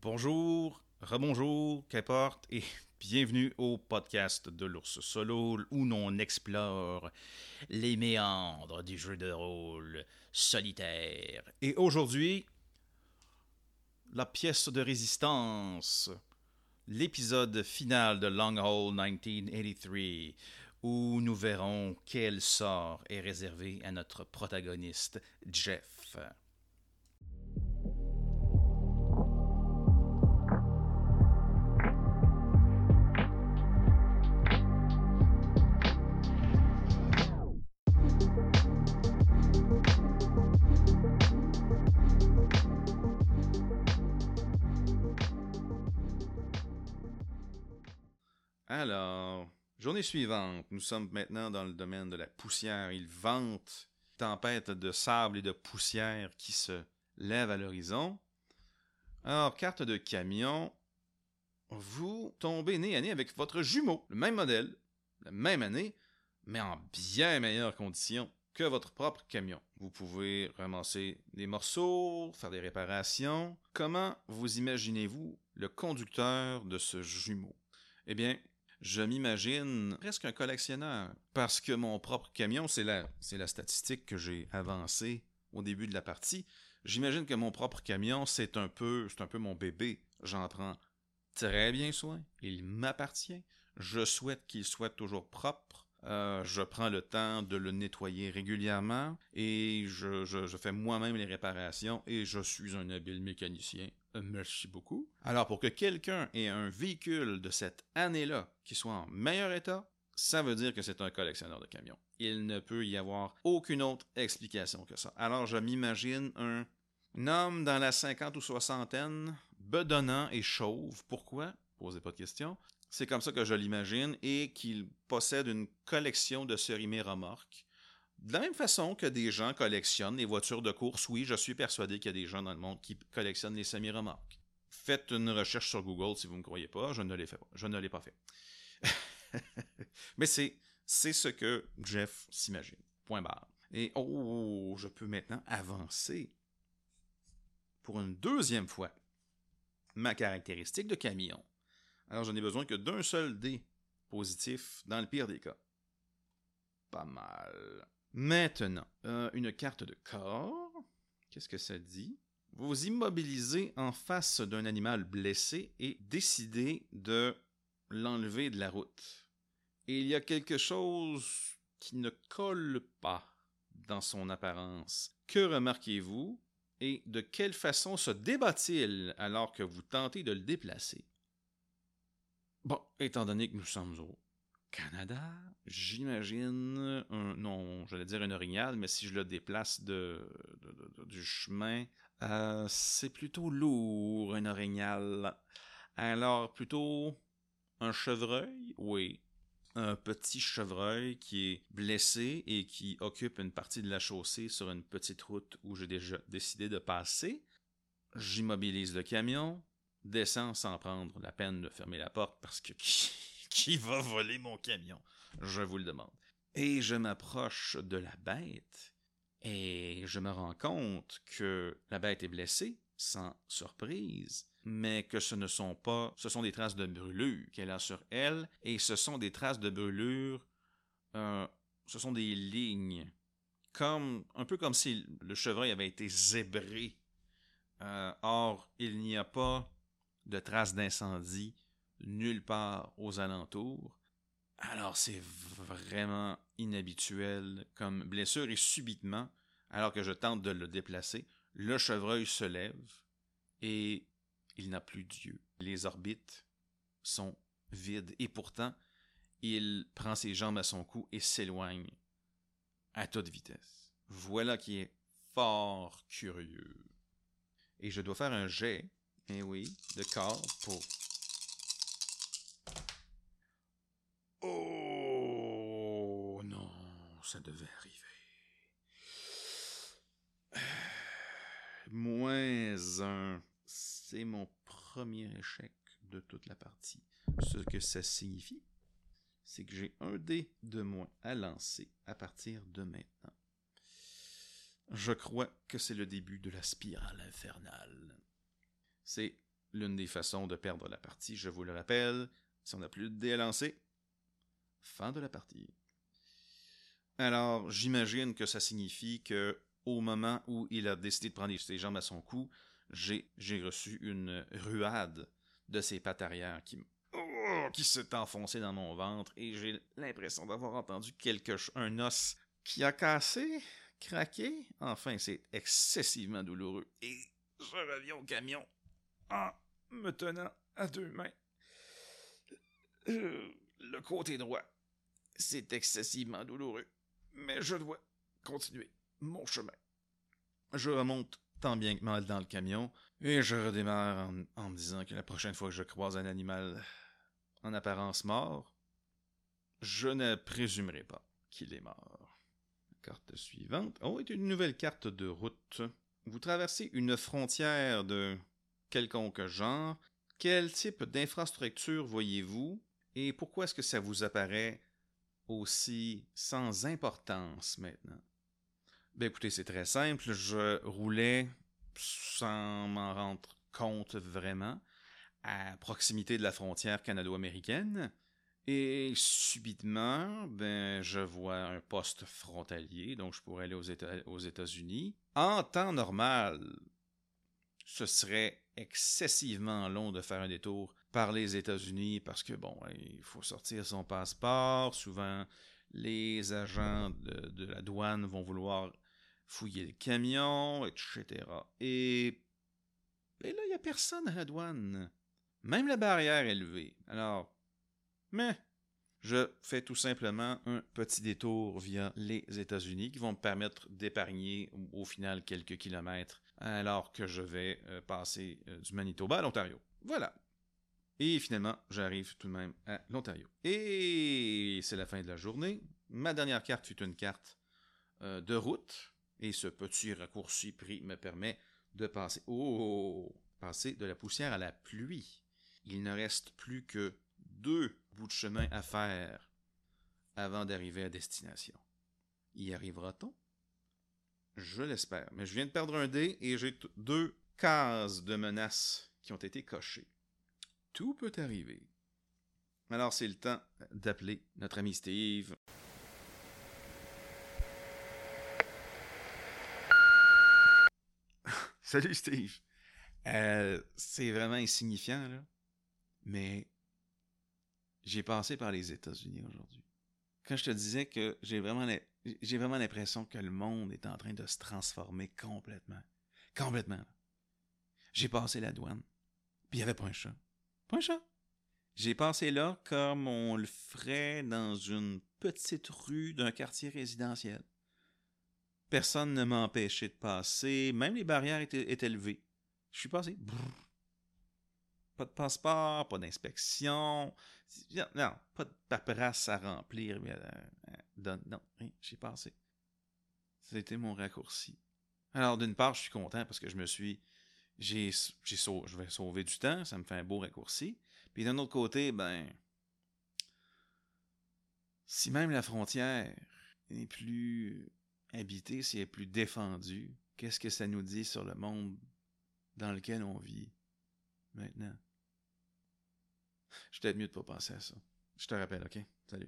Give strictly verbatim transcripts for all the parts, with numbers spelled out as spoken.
Bonjour, rebonjour, qu'importe, et bienvenue au podcast de l'Ours Solo où l'on explore les méandres du jeu de rôle solitaire. Et aujourd'hui, la pièce de résistance, l'épisode final de Long Haul dix-neuf quatre-vingt-treize, où nous verrons quel sort est réservé à notre protagoniste, Jeff. Alors, journée suivante, nous sommes maintenant dans le domaine de la poussière. Il vente, tempête de sable et de poussière qui se lève à l'horizon. Alors, carte de camion, vous tombez nez à nez avec votre jumeau, le même modèle, la même année, mais en bien meilleures conditions que votre propre camion. Vous pouvez ramasser des morceaux, faire des réparations. Comment vous imaginez-vous le conducteur de ce jumeau? Eh bien, je m'imagine presque un collectionneur, parce que mon propre camion, c'est la, c'est la statistique que j'ai avancée au début de la partie. J'imagine que mon propre camion, c'est un peu, c'est un peu mon bébé. J'en prends très bien soin. Il m'appartient. Je souhaite qu'il soit toujours propre. Euh, je prends le temps de le nettoyer régulièrement et je, je, je fais moi-même les réparations et je suis un habile mécanicien. Euh, merci beaucoup. Alors, pour que quelqu'un ait un véhicule de cette année-là qui soit en meilleur état, ça veut dire que c'est un collectionneur de camions. Il ne peut y avoir aucune autre explication que ça. Alors, je m'imagine un, un homme dans la cinquante ou soixantaine, bedonnant et chauve. Pourquoi? Posez pas de questions. C'est comme ça que je l'imagine, et qu'il possède une collection de semi-remorques. De la même façon que des gens collectionnent les voitures de course, oui, je suis persuadé qu'il y a des gens dans le monde qui collectionnent les semi-remorques. Faites une recherche sur Google si vous ne me croyez pas, je ne l'ai fait pas. Je ne l'ai pas fait. Mais c'est, c'est ce que Jeff s'imagine. Point barre. Et oh, je peux maintenant avancer pour une deuxième fois ma caractéristique de camion. Alors, je n'ai besoin que d'un seul dé positif dans le pire des cas. Pas mal. Maintenant, euh, une carte de corps. Qu'est-ce que ça dit? Vous vous immobilisez en face d'un animal blessé et décidez de l'enlever de la route. Et il y a quelque chose qui ne colle pas dans son apparence. Que remarquez-vous? Et de quelle façon se débat-il alors que vous tentez de le déplacer? Bon, étant donné que nous sommes au Canada, j'imagine un, non, j'allais dire une orignal, mais si je le déplace de, de, de, de du chemin, euh, c'est plutôt lourd, un orignal. Alors, plutôt un chevreuil? Oui. Un petit chevreuil qui est blessé et qui occupe une partie de la chaussée sur une petite route où j'ai déjà décidé de passer. J'immobilise le camion, descends sans prendre la peine de fermer la porte parce que qui, qui va voler mon camion? Je vous le demande. Et je m'approche de la bête et je me rends compte que la bête est blessée, sans surprise, mais que ce ne sont pas, ce sont des traces de brûlure qu'elle a sur elle, et ce sont des traces de brûlure, euh, ce sont des lignes, comme un peu comme si le chevreuil avait été zébré. Euh, or, il n'y a pas de traces d'incendie nulle part aux alentours. Alors, c'est vraiment inhabituel comme blessure, et subitement, alors que je tente de le déplacer, le chevreuil se lève et il n'a plus d'yeux. Les orbites sont vides et pourtant, il prend ses jambes à son cou et s'éloigne à toute vitesse. Voilà qui est fort curieux. Et je dois faire un jet, eh oui, de corps pour... Oh non, ça devait arriver. Moins un. C'est mon premier échec de toute la partie. Ce que ça signifie, c'est que j'ai un dé de moins à lancer à partir de maintenant. Je crois que c'est le début de la spirale infernale. C'est l'une des façons de perdre la partie, je vous le rappelle, si on n'a plus de dés à lancer, fin de la partie. Alors, j'imagine que ça signifie que au moment où il a décidé de prendre ses jambes à son cou, j'ai, j'ai reçu une ruade de ses pattes arrière qui, oh, qui s'est enfoncée dans mon ventre et j'ai l'impression d'avoir entendu quelque chose, un os qui a cassé, craqué. Enfin, c'est excessivement douloureux. Et je reviens au camion en me tenant à deux mains. Le côté droit, c'est excessivement douloureux, mais je dois continuer mon chemin. Je remonte tant bien que mal dans le camion et je redémarre en, en me disant que la prochaine fois que je croise un animal en apparence mort, je ne présumerai pas qu'il est mort. Carte suivante. Oh, c'est une nouvelle carte de route. Vous traversez une frontière de quelconque genre. Quel type d'infrastructure voyez-vous et pourquoi est-ce que ça vous apparaît aussi sans importance maintenant? Ben écoutez, c'est très simple. Je roulais sans m'en rendre compte vraiment à proximité de la frontière canado-américaine. Et subitement, ben, je vois un poste frontalier, donc je pourrais aller aux, Éta- aux États-Unis. En temps normal, ce serait excessivement long de faire un détour par les États-Unis parce que, bon, il faut sortir son passeport. Souvent, les agents de, de la douane vont vouloir fouiller le camion, et cetera. Et, et là, il n'y a personne à la douane. Même la barrière est levée. Alors, mais je fais tout simplement un petit détour via les États-Unis qui vont me permettre d'épargner au final quelques kilomètres alors que je vais euh, passer euh, du Manitoba à l'Ontario. Voilà. Et finalement, j'arrive tout de même à l'Ontario. Et c'est la fin de la journée. Ma dernière carte fut une carte euh, de route. Et ce petit raccourci pris me permet de passer, oh, passer de la poussière à la pluie. Il ne reste plus que deux bouts de chemin à faire avant d'arriver à destination. Y arrivera-t-on? Je l'espère. Mais je viens de perdre un dé et j'ai t- deux cases de menaces qui ont été cochées. Tout peut arriver. Alors c'est le temps d'appeler notre ami Steve. Salut Steve. Euh, c'est vraiment insignifiant, là. Mais j'ai passé par les États-Unis aujourd'hui. Quand je te disais que j'ai vraiment, j'ai vraiment l'impression que le monde est en train de se transformer complètement. Complètement. Là. J'ai passé la douane, puis il n'y avait pas un chat. Pas un chat. J'ai passé là comme on le ferait dans une petite rue d'un quartier résidentiel. Personne ne m'a empêché de passer, même les barrières étaient, étaient levées. Je suis passé. Brrr. Pas de passeport, pas d'inspection. Non, pas de paperasse à remplir. Mais, euh, euh, non, rien, j'ai passé. C'était mon raccourci. Alors, d'une part, je suis content parce que je me suis. J'ai, j'ai sau, je vais sauver du temps, ça me fait un beau raccourci. Puis d'un autre côté, ben. Si même la frontière n'est plus habitée, si elle est plus défendue, qu'est-ce que ça nous dit sur le monde dans lequel on vit maintenant? Je peut-être mieux de pas penser à ça. Je te rappelle, ok? Salut.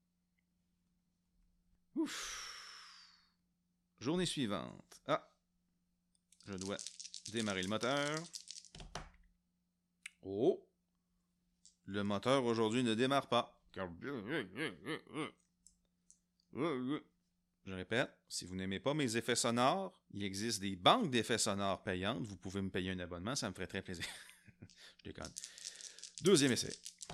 Ouf. Journée suivante. Ah. Je dois démarrer le moteur. Oh. Le moteur aujourd'hui ne démarre pas. Je répète, si vous n'aimez pas mes effets sonores, il existe des banques d'effets sonores payantes. Vous pouvez me payer un abonnement, ça me ferait très plaisir. Je déconne. Deuxième essai.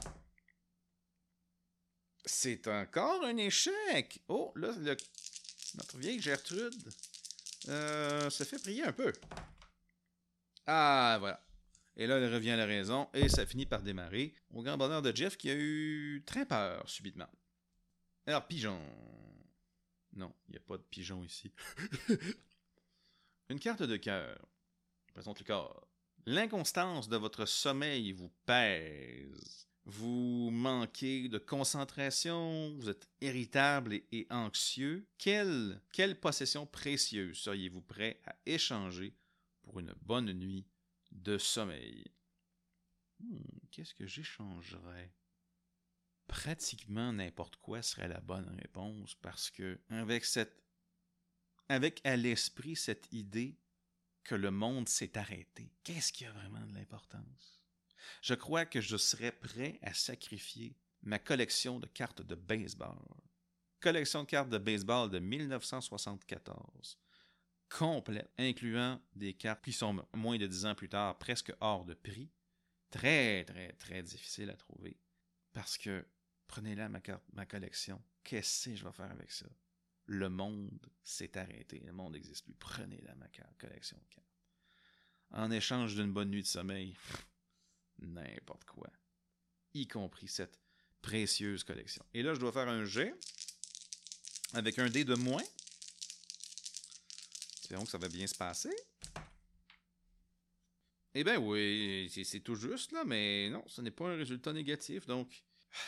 C'est encore un échec. Oh, là, le, notre vieille Gertrude euh, se fait prier un peu. Ah, voilà. Et là, elle revient à la raison et ça finit par démarrer au grand bonheur de Jeff qui a eu très peur subitement. Alors, pigeon. Non, il n'y a pas de pigeon ici. Une carte de cœur. Présente le corps. L'inconstance de votre sommeil vous pèse. Vous manquez de concentration, vous êtes irritable et, et anxieux. Quelle, quelle possession précieuse seriez-vous prêt à échanger pour une bonne nuit de sommeil? Hmm, qu'est-ce que j'échangerais? Pratiquement n'importe quoi serait la bonne réponse parce que avec cette avec à l'esprit cette idée que le monde s'est arrêté, qu'est-ce qui a vraiment de l'importance? Je crois que je serais prêt à sacrifier ma collection de cartes de baseball. Collection de cartes de baseball de dix-neuf cent soixante-quatorze. Complète, incluant des cartes qui sont moins de dix ans plus tard presque hors de prix. Très, très, très difficile à trouver. Parce que, prenez-la ma, carte, ma collection, qu'est-ce que je vais faire avec ça? Le monde s'est arrêté, le monde n'existe plus. Prenez-la ma carte, collection de cartes. En échange d'une bonne nuit de sommeil, n'importe quoi. Y compris cette précieuse collection. Et là, je dois faire un jet avec un dé de moins. Espérons que ça va bien se passer. Eh bien oui, c'est, c'est tout juste, là, mais non, ce n'est pas un résultat négatif, donc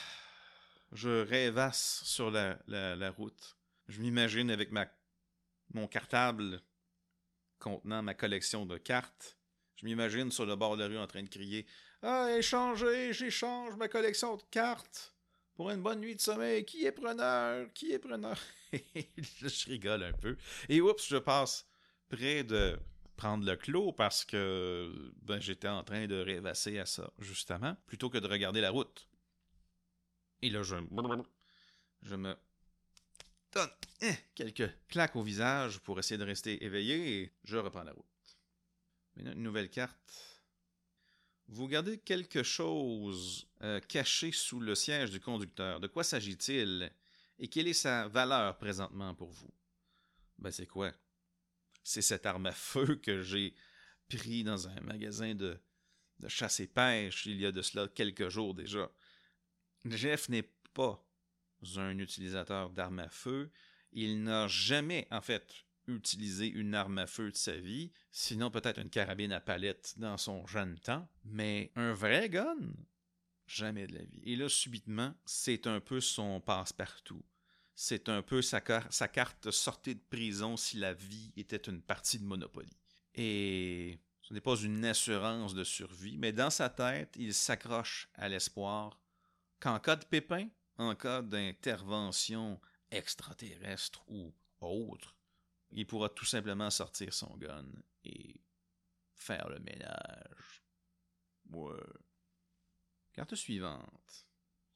je rêvasse sur la, la, la route. Je m'imagine avec ma, mon cartable contenant ma collection de cartes. Je m'imagine sur le bord de la rue en train de crier « Ah, échangez, j'échange ma collection de cartes pour une bonne nuit de sommeil. Qui est preneur? Qui est preneur? » Je rigole un peu. Et oups, je passe près de prendre le clos parce que ben, j'étais en train de rêvasser à ça, justement, plutôt que de regarder la route. Et là, je, je me donne hein, quelques claques au visage pour essayer de rester éveillé et je reprends la route. Maintenant, une nouvelle carte. Vous gardez quelque chose euh, caché sous le siège du conducteur. De quoi s'agit-il? Et quelle est sa valeur présentement pour vous? Ben, c'est quoi? C'est cette arme à feu que j'ai pris dans un magasin de, de chasse et pêche il y a de cela quelques jours déjà. Jeff n'est pas un utilisateur d'armes à feu. Il n'a jamais, en fait, utilisé une arme à feu de sa vie, sinon peut-être une carabine à palette dans son jeune temps, mais un vrai gun, jamais de la vie. Et là, subitement, c'est un peu son passe-partout. C'est un peu sa, car- sa carte sortie de prison si la vie était une partie de Monopoly. Et ce n'est pas une assurance de survie, mais dans sa tête, il s'accroche à l'espoir qu'en cas de pépin, en cas d'intervention extraterrestre ou autre, il pourra tout simplement sortir son gun et faire le ménage. Ouais. Carte suivante.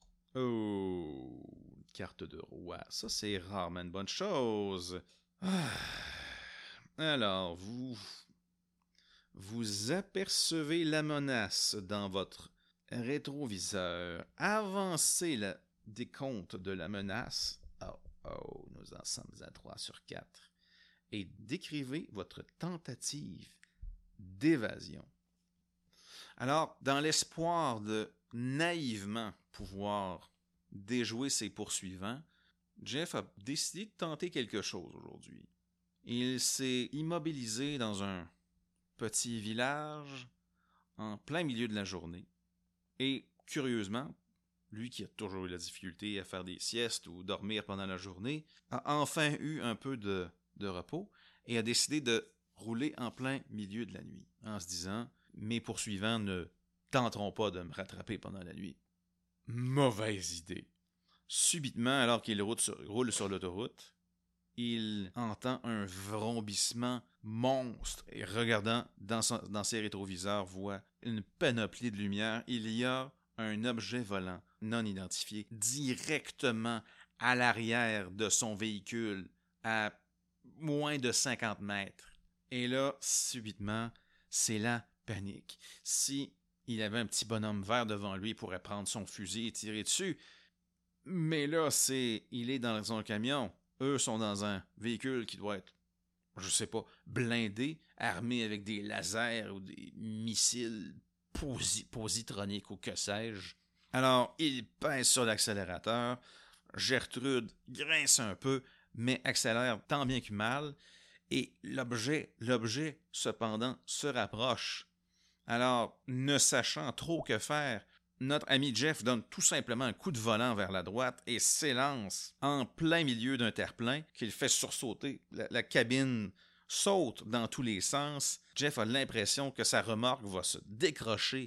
Oh, carte de roi. Ça, c'est rarement une bonne chose. Ah. Alors, vous... Vous apercevez la menace dans votre rétroviseur. Avancez le décompte de la menace. Oh, oh, nous en sommes à trois sur quatre. Et décrivez votre tentative d'évasion. Alors, dans l'espoir de naïvement pouvoir déjouer ses poursuivants, Jeff a décidé de tenter quelque chose aujourd'hui. Il s'est immobilisé dans un petit village en plein milieu de la journée. Et, curieusement, lui qui a toujours eu la difficulté à faire des siestes ou dormir pendant la journée, a enfin eu un peu de, de repos et a décidé de rouler en plein milieu de la nuit, en se disant « Mes poursuivants ne tenteront pas de me rattraper pendant la nuit. » Mauvaise idée. Subitement, alors qu'il roule sur, roule sur l'autoroute, il entend un vrombissement monstre et regardant dans, son, dans ses rétroviseurs, voit une panoplie de lumière. Il y a un objet volant non identifié directement à l'arrière de son véhicule à moins de cinquante mètres. Et là, subitement, c'est la panique. Si il avait un petit bonhomme vert devant lui, il pourrait prendre son fusil et tirer dessus. Mais là, c'est il est dans son camion. Eux sont dans un véhicule qui doit être, je sais pas, blindé, armé avec des lasers ou des missiles posi- positroniques ou que sais-je. Alors, il pèse sur l'accélérateur. Gertrude grince un peu, mais accélère tant bien que mal. Et l'objet, l'objet, cependant, se rapproche. Alors, ne sachant trop que faire, notre ami Jeff donne tout simplement un coup de volant vers la droite et s'élance en plein milieu d'un terre-plein qu'il fait sursauter. La, la cabine saute dans tous les sens. Jeff a l'impression que sa remorque va se décrocher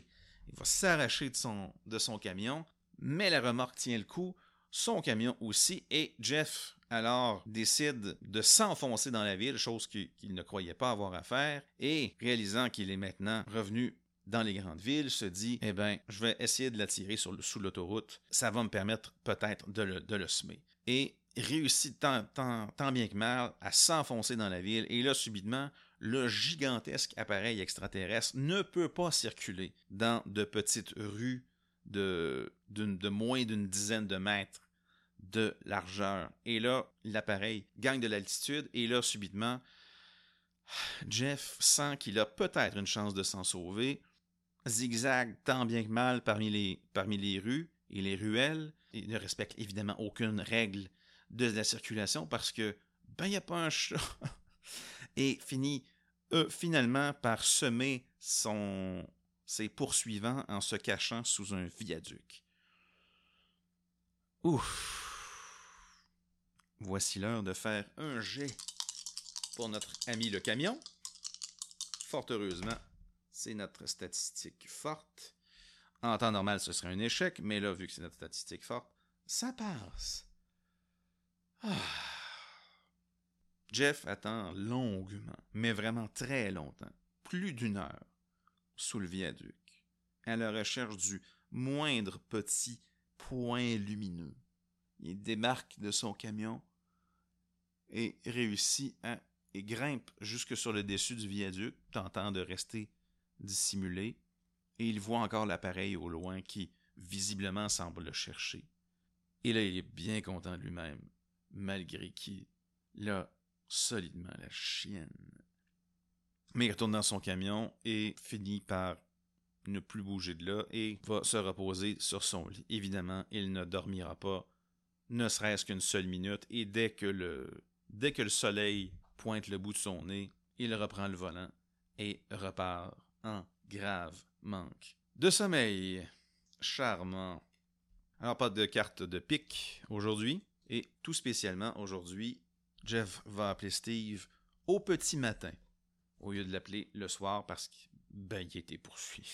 Il va s'arracher de son, de son camion, mais la remorque tient le coup, son camion aussi, et Jeff, alors, décide de s'enfoncer dans la ville, chose qu'il, qu'il ne croyait pas avoir à faire, et réalisant qu'il est maintenant revenu dans les grandes villes, se dit, eh bien, je vais essayer de l'attirer sur le, sous l'autoroute, ça va me permettre peut-être de le, de le semer. Et réussit tant, tant, tant bien que mal à s'enfoncer dans la ville, et là, subitement, le gigantesque appareil extraterrestre ne peut pas circuler dans de petites rues de, d'une, de moins d'une dizaine de mètres de largeur. Et là, l'appareil gagne de l'altitude, et là, subitement, Jeff sent qu'il a peut-être une chance de s'en sauver, zigzague tant bien que mal parmi les, parmi les rues et les ruelles. Il ne respecte évidemment aucune règle de la circulation parce que, ben, il n'y a pas un chat. Et finit euh, finalement par semer son, ses poursuivants en se cachant sous un viaduc. Ouf! Voici l'heure de faire un jet pour notre ami le camion. Fort heureusement, c'est notre statistique forte. En temps normal, ce serait un échec, mais là, vu que c'est notre statistique forte, ça passe. Ah. Jeff attend longuement, mais vraiment très longtemps, plus d'une heure, sous le viaduc, à la recherche du moindre petit point lumineux. Il démarque de son camion et réussit à... et grimpe jusque sur le dessus du viaduc, tentant de rester dissimulé, et il voit encore l'appareil au loin qui, visiblement, semble le chercher. Et là, il est bien content de lui-même, malgré qu'il l'a solidement la chienne. Mais il retourne dans son camion et finit par ne plus bouger de là et va se reposer sur son lit. Évidemment, il ne dormira pas, ne serait-ce qu'une seule minute, et dès que le, dès que le soleil pointe le bout de son nez, il reprend le volant et repart en grave manque de sommeil. Charmant. Alors, pas de carte de pique aujourd'hui, et tout spécialement aujourd'hui, Jeff va appeler Steve au petit matin, au lieu de l'appeler le soir parce qu'il ben, il a été poursuivi.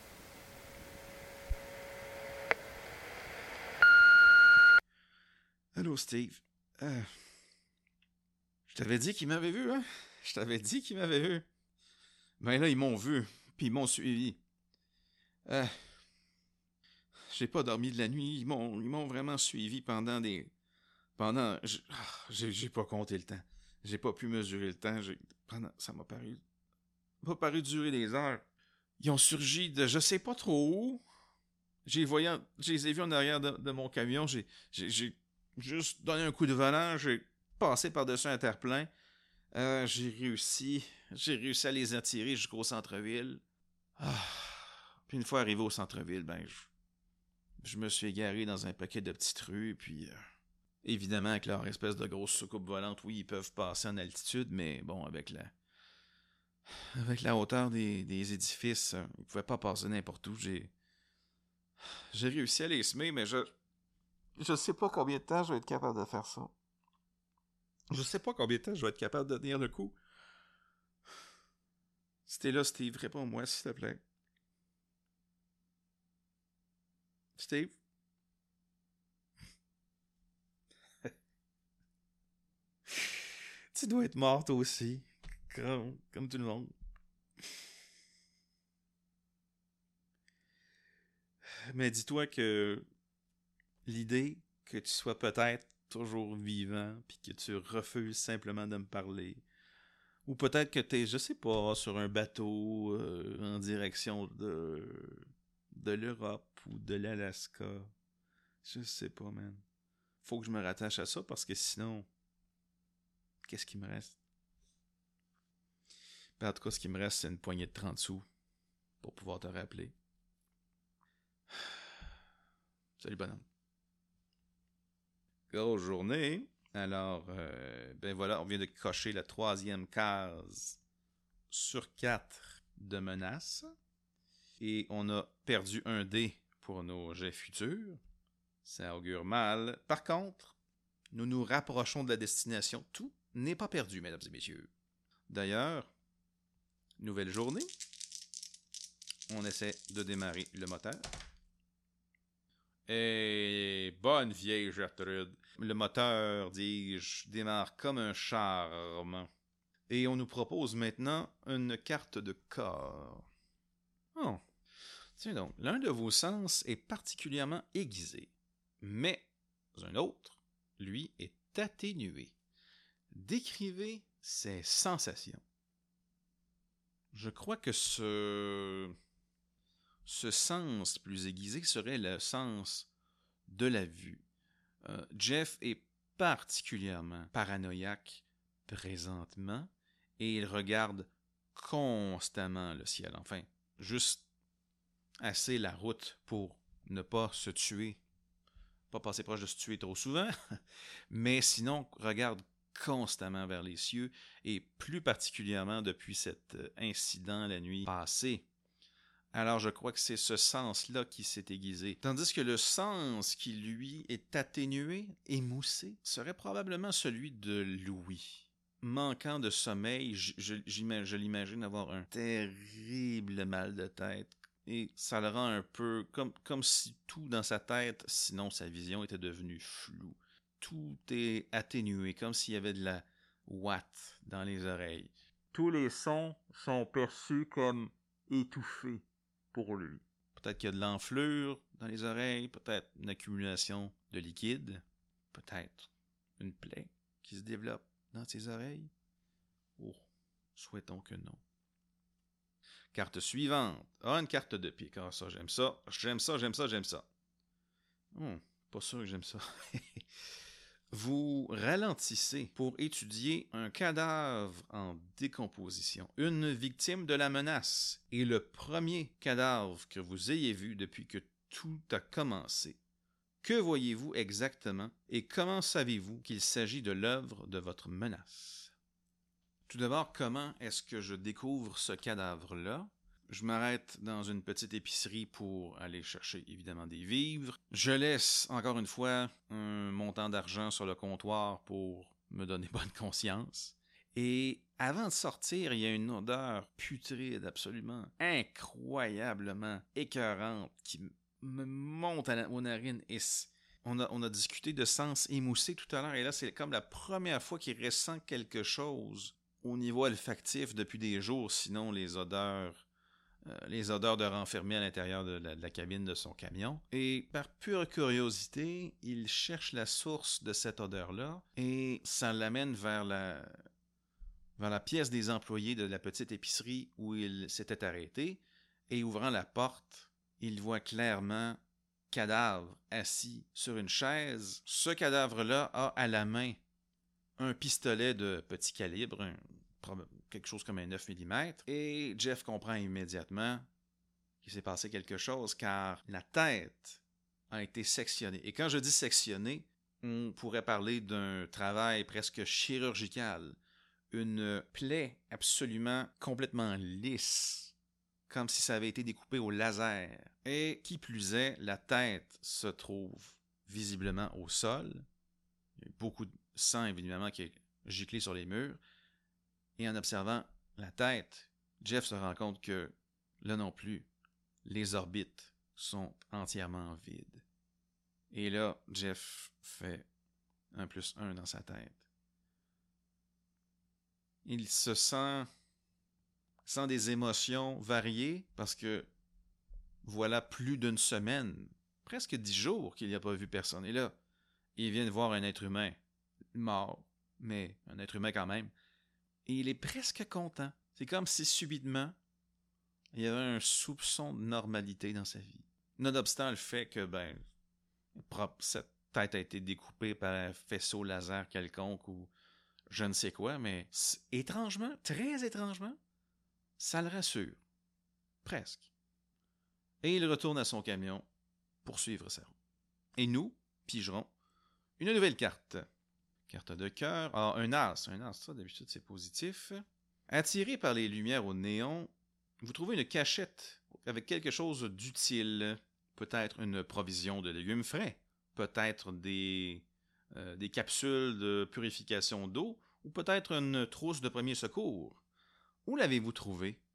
Allô, Steve. Euh, je t'avais dit qu'ils m'avaient vu, hein? Je t'avais dit qu'ils m'avaient vu. Ben là, ils m'ont vu, puis ils m'ont suivi. Euh, j'ai pas dormi de la nuit, ils m'ont, ils m'ont vraiment suivi pendant des... Pendant... J'ai, j'ai pas compté le temps. J'ai pas pu mesurer le temps. J'ai, pendant, ça m'a paru... pas paru durer des heures. Ils ont surgi de je sais pas trop où. J'ai voyant, je les ai vus en arrière de, de mon camion. J'ai, j'ai, j'ai juste donné un coup de volant. J'ai passé par-dessus un terre-plein. Euh, j'ai réussi. J'ai réussi à les attirer jusqu'au centre-ville. Ah. Puis une fois arrivé au centre-ville, ben je, je me suis égaré dans un paquet de petites rues. Puis euh, évidemment, avec leur espèce de grosse soucoupe volante, oui, ils peuvent passer en altitude, mais bon, avec la avec la hauteur des, des édifices, ils ne pouvaient pas passer n'importe où. J'ai j'ai réussi à les semer, mais je je sais pas combien de temps je vais être capable de faire ça. Je sais pas combien de temps je vais être capable de tenir le coup. Si t'es là, Steve, réponds-moi, s'il te plaît. Steve? Tu dois être mort toi aussi. Comme, comme tout le monde. Mais dis-toi que l'idée que tu sois peut-être toujours vivant puis que tu refuses simplement de me parler, ou peut-être que t'es, je sais pas, sur un bateau euh, en direction de de l'Europe ou de l'Alaska. Je sais pas, man. Faut que je me rattache à ça parce que sinon, qu'est-ce qui me reste? Ben, en tout cas, ce qui me reste, c'est une poignée de trente sous pour pouvoir te rappeler. Salut, bonhomme. Grosse journée. Alors, euh, ben voilà, on vient de cocher la troisième case sur quatre de menaces. Et on a perdu un dé pour nos jets futurs. Ça augure mal. Par contre, nous nous rapprochons de la destination. Tout n'est pas perdu, mesdames et messieurs. D'ailleurs, nouvelle journée. On essaie de démarrer le moteur. Et bonne vieille Gertrude. Le moteur, dis-je, démarre comme un charme. Et on nous propose maintenant une carte de corps. Oh, tiens donc, l'un de vos sens est particulièrement aiguisé, mais un autre, lui, est atténué. Décrivez ces sensations. Je crois que ce... ce sens plus aiguisé serait le sens de la vue. Euh, Jeff est particulièrement paranoïaque présentement et il regarde constamment le ciel. Enfin, juste assez la route pour ne pas se tuer, pas passer proche de se tuer trop souvent, mais sinon regarde constamment vers les cieux et plus particulièrement depuis cet incident la nuit passée. Alors je crois que c'est ce sens-là qui s'est aiguisé. Tandis que le sens qui, lui, est atténué, émoussé, serait probablement celui de Louis. Manquant de sommeil, je, je, je l'imagine avoir un terrible mal de tête. Et ça le rend un peu comme, comme si tout dans sa tête, sinon sa vision, était devenue floue. Tout est atténué, comme s'il y avait de la ouate dans les oreilles. Tous les sons sont perçus comme étouffés pour lui. Peut-être qu'il y a de l'enflure dans les oreilles, peut-être une accumulation de liquide, peut-être une plaie qui se développe dans ses oreilles. Oh, souhaitons que non. Carte suivante. Ah, une carte de pique. Ah, ça, j'aime ça. J'aime ça, j'aime ça, j'aime ça. Hum, pas sûr que j'aime ça. Vous ralentissez pour étudier un cadavre en décomposition, une victime de la menace, et le premier cadavre que vous ayez vu depuis que tout a commencé. Que voyez-vous exactement et comment savez-vous qu'il s'agit de l'œuvre de votre menace? Tout d'abord, comment est-ce que je découvre ce cadavre-là? Je m'arrête dans une petite épicerie pour aller chercher évidemment des vivres. Je laisse encore une fois un montant d'argent sur le comptoir pour me donner bonne conscience. Et avant de sortir, il y a une odeur putride absolument incroyablement écœurante qui me monte à la, aux narines. Et on a, on a discuté de sens émoussé tout à l'heure et là c'est comme la première fois qu'il ressent quelque chose au niveau olfactif depuis des jours, sinon les odeurs Euh, les odeurs de renfermé à l'intérieur de la, de la cabine de son camion. Et par pure curiosité, il cherche la source de cette odeur-là et ça l'amène vers la, vers la pièce des employés de la petite épicerie où il s'était arrêté. Et ouvrant la porte, il voit clairement cadavre assis sur une chaise. Ce cadavre-là a à la main un pistolet de petit calibre, un quelque chose comme un neuf millimètres, et Jeff comprend immédiatement qu'il s'est passé quelque chose car la tête a été sectionnée. Et quand je dis sectionnée, on pourrait parler d'un travail presque chirurgical, une plaie absolument complètement lisse, comme si ça avait été découpé au laser. Et qui plus est, la tête se trouve visiblement au sol. Il y a beaucoup de sang évidemment qui est giclé sur les murs. Et en observant la tête, Jeff se rend compte que, là non plus, les orbites sont entièrement vides. Et là, Jeff fait un plus un dans sa tête. Il se sent, sent des émotions variées parce que voilà plus d'une semaine, presque dix jours qu'il n'a pas vu personne. Et là, il vient de voir un être humain mort, mais un être humain quand même. Et il est presque content. C'est comme si subitement, il y avait un soupçon de normalité dans sa vie. Nonobstant le fait que, ben, cette tête a été découpée par un faisceau laser quelconque ou je ne sais quoi, mais étrangement, très étrangement, ça le rassure. Presque. Et il retourne à son camion pour suivre sa route. Et nous pigerons une nouvelle carte. Carte de cœur. Ah, un as. Un as, ça, d'habitude, c'est positif. Attiré par les lumières au néon, vous trouvez une cachette avec quelque chose d'utile. Peut-être une provision de légumes frais. Peut-être des, euh, des capsules de purification d'eau. Ou peut-être une trousse de premier secours. Où l'avez-vous trouvé?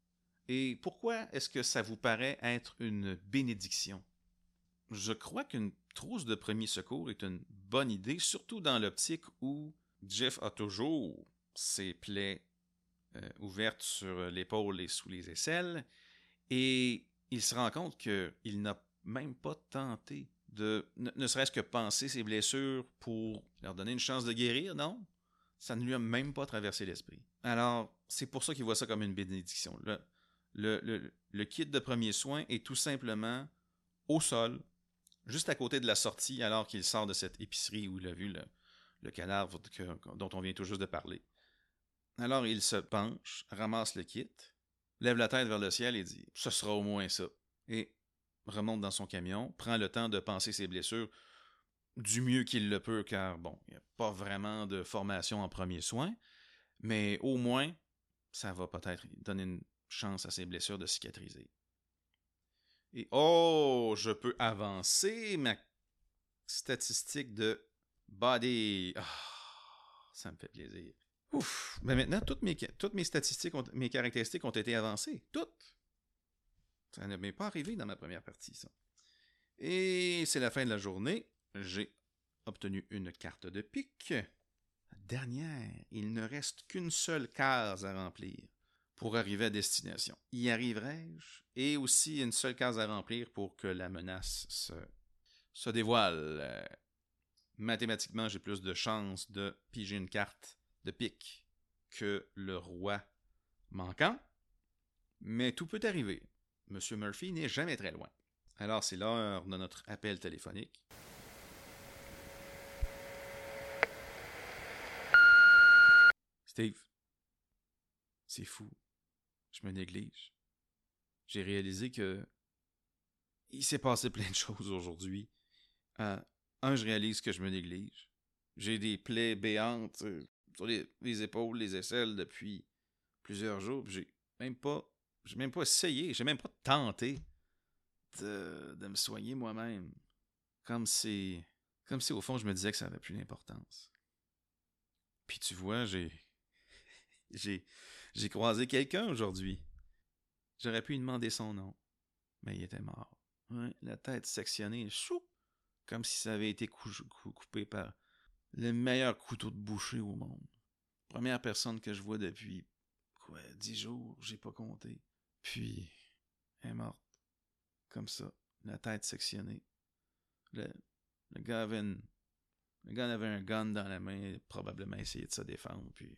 Et pourquoi est-ce que ça vous paraît être une bénédiction? Je crois qu'une trousse de premier secours est une bonne idée, surtout dans l'optique où Jeff a toujours ses plaies euh, ouvertes sur l'épaule et sous les aisselles, et il se rend compte qu'il n'a même pas tenté de, ne, ne serait-ce que penser ses blessures pour leur donner une chance de guérir, non? Ça ne lui a même pas traversé l'esprit. Alors, c'est pour ça qu'il voit ça comme une bénédiction. Le, le, le, le kit de premiers soins est tout simplement au sol, juste à côté de la sortie, alors qu'il sort de cette épicerie où il a vu le, le cadavre que, dont on vient tout juste de parler. Alors, il se penche, ramasse le kit, lève la tête vers le ciel et dit « Ce sera au moins ça ». Et remonte dans son camion, prend le temps de panser ses blessures du mieux qu'il le peut, car, bon, il n'y a pas vraiment de formation en premiers soins, mais au moins, ça va peut-être donner une chance à ses blessures de cicatriser. Et oh, je peux avancer ma statistique de body. Oh, ça me fait plaisir. Ouf. Mais maintenant, toutes mes, toutes mes statistiques, ont, mes caractéristiques ont été avancées. Toutes. Ça ne m'est pas arrivé dans ma première partie, ça. Et c'est la fin de la journée. J'ai obtenu une carte de pique. Dernière, il ne reste qu'une seule case à remplir pour arriver à destination. Y arriverai-je? Et aussi une seule case à remplir pour que la menace se, se dévoile. Euh, mathématiquement, j'ai plus de chances de piger une carte de pique que le roi manquant. Mais tout peut arriver. Monsieur Murphy n'est jamais très loin. Alors, c'est l'heure de notre appel téléphonique. Steve, c'est fou. Je me néglige. J'ai réalisé que il s'est passé plein de choses aujourd'hui. Euh, un, je réalise que je me néglige. J'ai des plaies béantes euh, sur les, les épaules, les aisselles depuis plusieurs jours. J'ai même pas, j'ai même pas essayé, j'ai même pas tenté de, de me soigner moi-même. Comme si, comme si au fond je me disais que ça avait plus d'importance. Puis tu vois, j'ai, j'ai, j'ai croisé quelqu'un aujourd'hui. J'aurais pu lui demander son nom, mais il était mort. Ouais, la tête sectionnée, chou, comme si ça avait été cou- cou- coupé par le meilleur couteau de boucher au monde. Première personne que je vois depuis, quoi, dix jours, j'ai pas compté. Puis, elle est morte. Comme ça, la tête sectionnée. Le, le gars avait une, le gars avait un gun dans la main, probablement essayé de se défendre, puis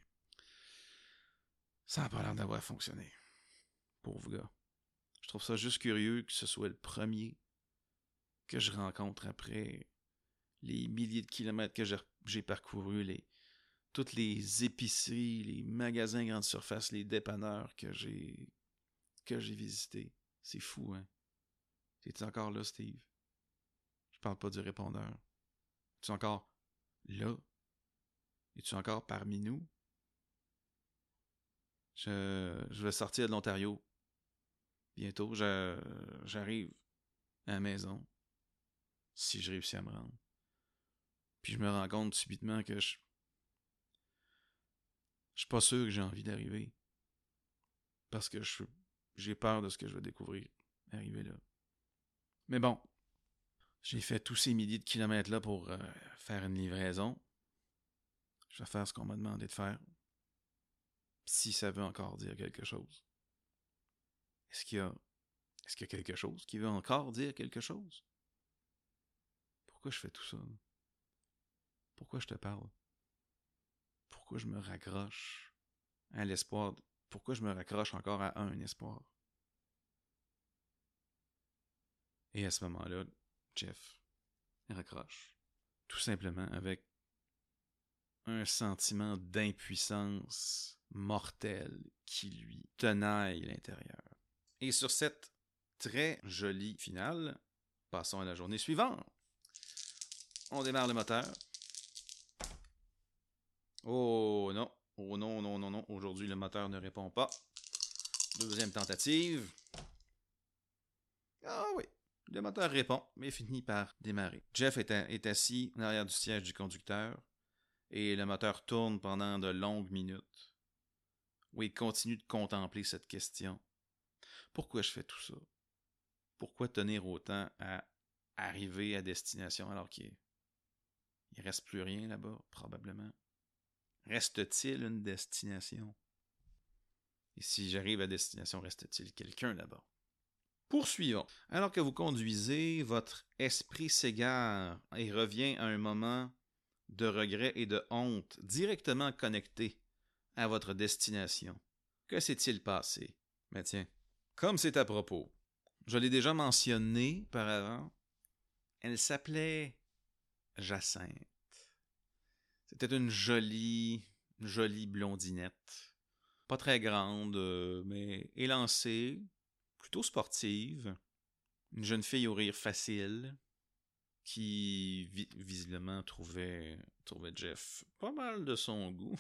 ça n'a pas l'air d'avoir fonctionné. Pauvre gars. Je trouve ça juste curieux que ce soit le premier que je rencontre après les milliers de kilomètres que j'ai, j'ai parcourus, les, toutes les épiceries, les magasins grande surface, les dépanneurs que j'ai que j'ai visités. C'est fou, hein? Es-tu encore là, Steve? Je parle pas du répondeur. Es-tu encore là? Es-tu encore parmi nous? Je, je vais sortir de l'Ontario. Bientôt, je, j'arrive à la maison. Si je réussis à me rendre. Puis je me rends compte subitement que je... Je suis pas sûr que j'ai envie d'arriver. Parce que je, j'ai peur de ce que je vais découvrir arriver là. Mais bon, j'ai fait tous ces milliers de kilomètres-là pour euh, faire une livraison. Je vais faire ce qu'on m'a demandé de faire. Si ça veut encore dire quelque chose. Est-ce qu'il y a... Est-ce qu'il y a quelque chose qui veut encore dire quelque chose? Pourquoi je fais tout ça? Pourquoi je te parle? Pourquoi je me raccroche à l'espoir? Pourquoi je me raccroche encore à un espoir? Et à ce moment-là, Jeff raccroche. Tout simplement avec un sentiment d'impuissance mortelle qui lui tenaille l'intérieur. Et sur cette très jolie finale, passons à la journée suivante. On démarre le moteur. Oh non, oh non, non, non, non. Aujourd'hui, le moteur ne répond pas. Deuxième tentative. Ah oui, le moteur répond, mais finit par démarrer. Jeff est, à, est assis en arrière du siège du conducteur et le moteur tourne pendant de longues minutes où il continue de contempler cette question. Pourquoi je fais tout ça? Pourquoi tenir autant à arriver à destination alors qu'il ne reste plus rien là-bas, probablement? Reste-t-il une destination? Et si j'arrive à destination, reste-t-il quelqu'un là-bas? Poursuivons. Alors que vous conduisez, votre esprit s'égare et revient à un moment de regret et de honte directement connecté à votre destination. Que s'est-il passé? Mais tiens, comme c'est à propos, je l'ai déjà mentionné auparavant, elle s'appelait Jacinthe. C'était une jolie, jolie blondinette. Pas très grande, mais élancée, plutôt sportive. Une jeune fille au rire facile, qui vi- visiblement trouvait, trouvait Jeff pas mal de son goût.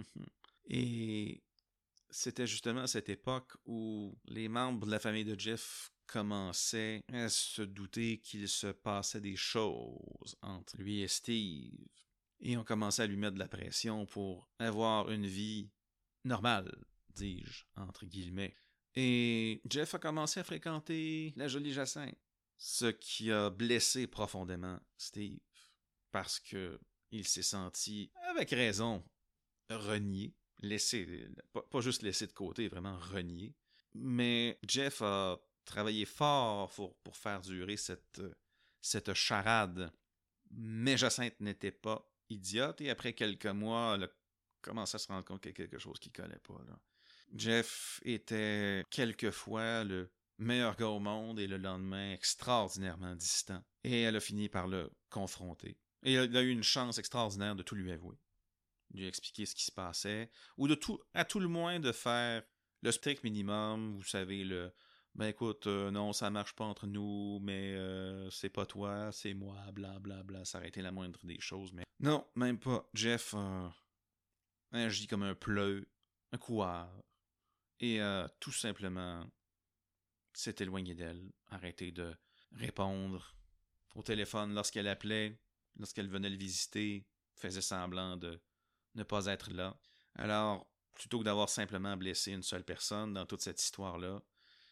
Et c'était justement à cette époque où les membres de la famille de Jeff commençaient à se douter qu'il se passait des choses entre lui et Steve. Et on commençait à lui mettre de la pression pour avoir une vie normale, dis-je, entre guillemets. Et Jeff a commencé à fréquenter la jolie Jacinthe, ce qui a blessé profondément Steve, parce que il s'est senti, avec raison, renié, laissé, pas, pas juste laissé de côté, vraiment renié. Mais Jeff a travaillé fort pour, pour faire durer cette, cette charade. Mais Jacinthe n'était pas idiote, et après quelques mois, elle a commencé à se rendre compte qu'il y a quelque chose qui collait pas, là. Jeff était quelquefois le meilleur gars au monde et le lendemain extraordinairement distant. Et elle a fini par le confronter. Et il a eu une chance extraordinaire de tout lui avouer, de lui expliquer ce qui se passait, ou de tout, à tout le moins de faire le strict minimum, vous savez, le ben écoute, euh, non, ça marche pas entre nous, mais euh, c'est pas toi, c'est moi, bla bla bla, ça aurait été la moindre des choses, mais non, même pas. Jeff euh, agit comme un pleu, un couard, et euh, tout simplement s'est éloigné d'elle, arrêté de répondre au téléphone lorsqu'elle appelait, lorsqu'elle venait le visiter, faisait semblant de ne pas être là. Alors, plutôt que d'avoir simplement blessé une seule personne dans toute cette histoire-là,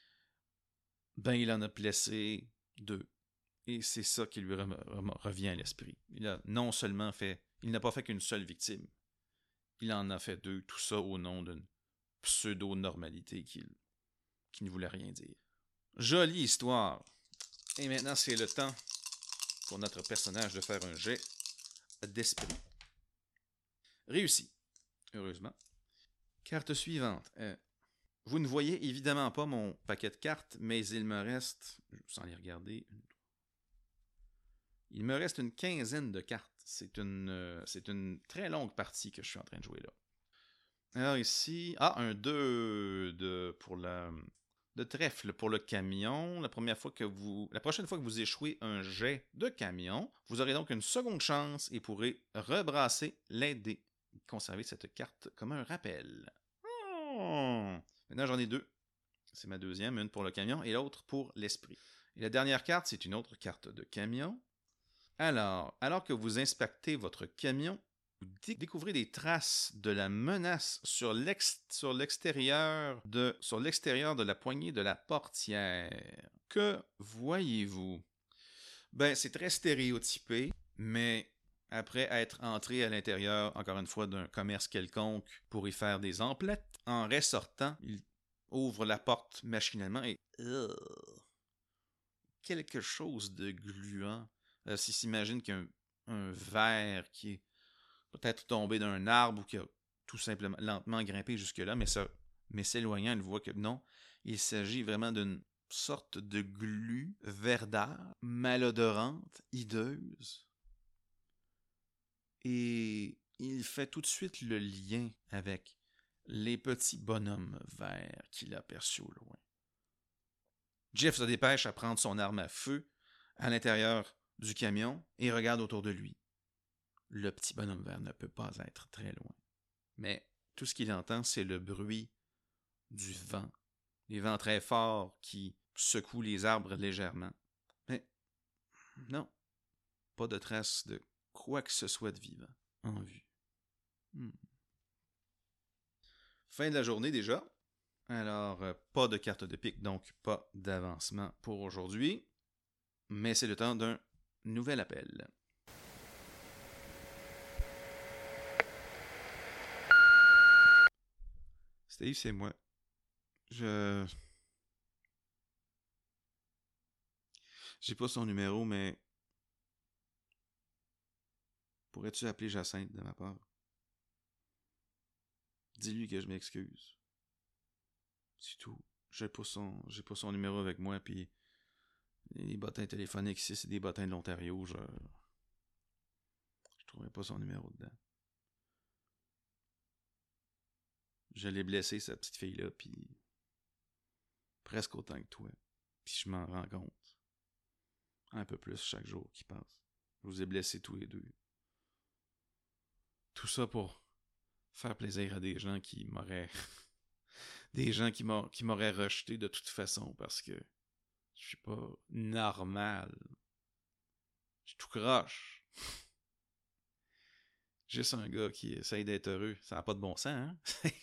ben il en a blessé deux. Et c'est ça qui lui re- re- revient à l'esprit. Il a non seulement fait, il n'a pas fait qu'une seule victime, il en a fait deux, tout ça au nom d'une pseudo-normalité qui, qui ne voulait rien dire. Jolie histoire. Et maintenant, c'est le temps pour notre personnage de faire un jet d'esprit. Réussi, heureusement. Carte suivante. Euh, vous ne voyez évidemment pas mon paquet de cartes, mais il me reste, sans les regarder, il me reste une quinzaine de cartes. C'est une, euh, c'est une très longue partie que je suis en train de jouer là. Alors ici, ah, un deux de, pour la, de trèfle pour le camion. La première fois que vous, la prochaine fois que vous échouez un jet de camion, vous aurez donc une seconde chance et pourrez rebrasser les dés. Conservez cette carte comme un rappel. Oh! Maintenant, j'en ai deux. C'est ma deuxième, une pour le camion et l'autre pour l'esprit. Et la dernière carte, c'est une autre carte de camion. Alors, alors que vous inspectez votre camion, vous découvrez des traces de la menace sur, l'ex- sur l'extérieur de, sur l'extérieur de la poignée de la portière. Que voyez-vous? Ben, c'est très stéréotypé, mais après être entré à l'intérieur, encore une fois, d'un commerce quelconque pour y faire des emplettes, en ressortant, il ouvre la porte machinalement et... Ugh, quelque chose de gluant. Euh, S'il s'imagine qu'il y a un, un verre qui est peut-être tombé d'un arbre ou qui a tout simplement lentement grimpé jusque-là, mais, ça, mais s'éloignant, il voit que non, il s'agit vraiment d'une sorte de glu verdâtre, malodorante, hideuse. Et il fait tout de suite le lien avec les petits bonhommes verts qu'il aperçut au loin. Jeff se dépêche à prendre son arme à feu à l'intérieur du camion et regarde autour de lui. Le petit bonhomme vert ne peut pas être très loin. Mais tout ce qu'il entend, c'est le bruit du vent. Les vents très forts qui secouent les arbres légèrement. Mais non, pas de trace de quoi que ce soit de vivant en vue. Hmm. Fin de la journée déjà. Alors, euh, pas de carte de pique, donc pas d'avancement pour aujourd'hui. Mais c'est le temps d'un nouvel appel. Steve, c'est moi. Je... J'ai pas son numéro, mais... Pourrais-tu appeler Jacinthe de ma part? Dis-lui que je m'excuse. C'est tout. J'ai pas son, j'ai pas son numéro avec moi, puis les bottins téléphoniques ici, c'est des bottins de l'Ontario. Je, je trouverai pas son numéro dedans. Je l'ai blessé, cette petite fille-là, puis presque autant que toi. Puis je m'en rends compte. Un peu plus chaque jour qui passe. Je vous ai blessés tous les deux. Tout ça pour faire plaisir à des gens qui m'auraient... des gens qui m'auraient rejeté de toute façon parce que je suis pas normal. Je suis tout croche. Juste un gars qui essaye d'être heureux. Ça n'a pas de bon sens, hein?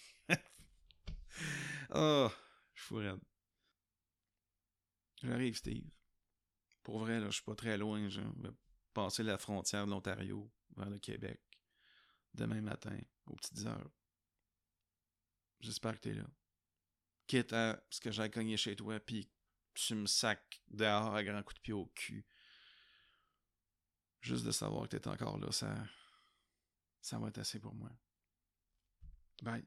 Oh, je suis fou raide. J'arrive, Steve. Pour vrai, là, je suis pas très loin. Je vais passer la frontière de l'Ontario vers le Québec. Demain matin, aux petites heures. J'espère que t'es là. Quitte à ce que j'aille cogner chez toi, puis tu me sacs dehors à grands coups de pied au cul. Juste de savoir que t'es encore là, ça... ça va être assez pour moi. Bye.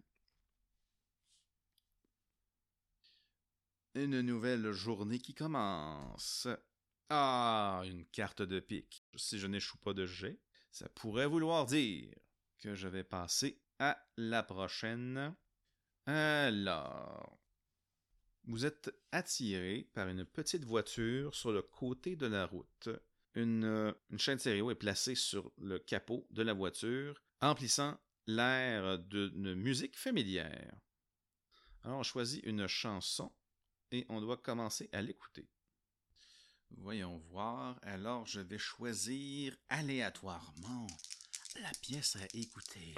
Une nouvelle journée qui commence. Ah, une carte de pique. Si je n'échoue pas de jet, ça pourrait vouloir dire que je vais passer à la prochaine. Alors, vous êtes attiré par une petite voiture sur le côté de la route. Une, une chaîne stéréo est placée sur le capot de la voiture, emplissant l'air d'une musique familière. Alors, on choisit une chanson et on doit commencer à l'écouter. Voyons voir. Alors, je vais choisir aléatoirement la pièce à écouter.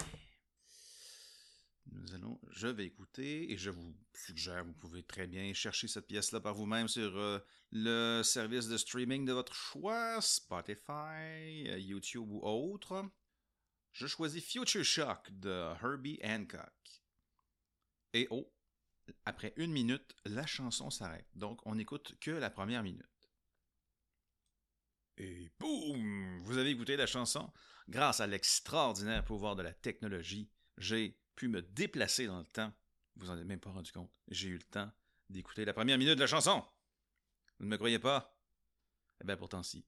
Nous allons, je vais écouter et je vous suggère, vous pouvez très bien chercher cette pièce-là par vous-même sur euh, le service de streaming de votre choix, Spotify, euh, YouTube ou autre. Je choisis Future Shock de Herbie Hancock. Et oh, après une minute, la chanson s'arrête. Donc, on n'écoute que la première minute. Et boum! Vous avez écouté la chanson? Grâce à l'extraordinaire pouvoir de la technologie, j'ai pu me déplacer dans le temps. Vous vous en êtes même pas rendu compte. J'ai eu le temps d'écouter la première minute de la chanson. Vous ne me croyez pas? Eh bien, pourtant, si.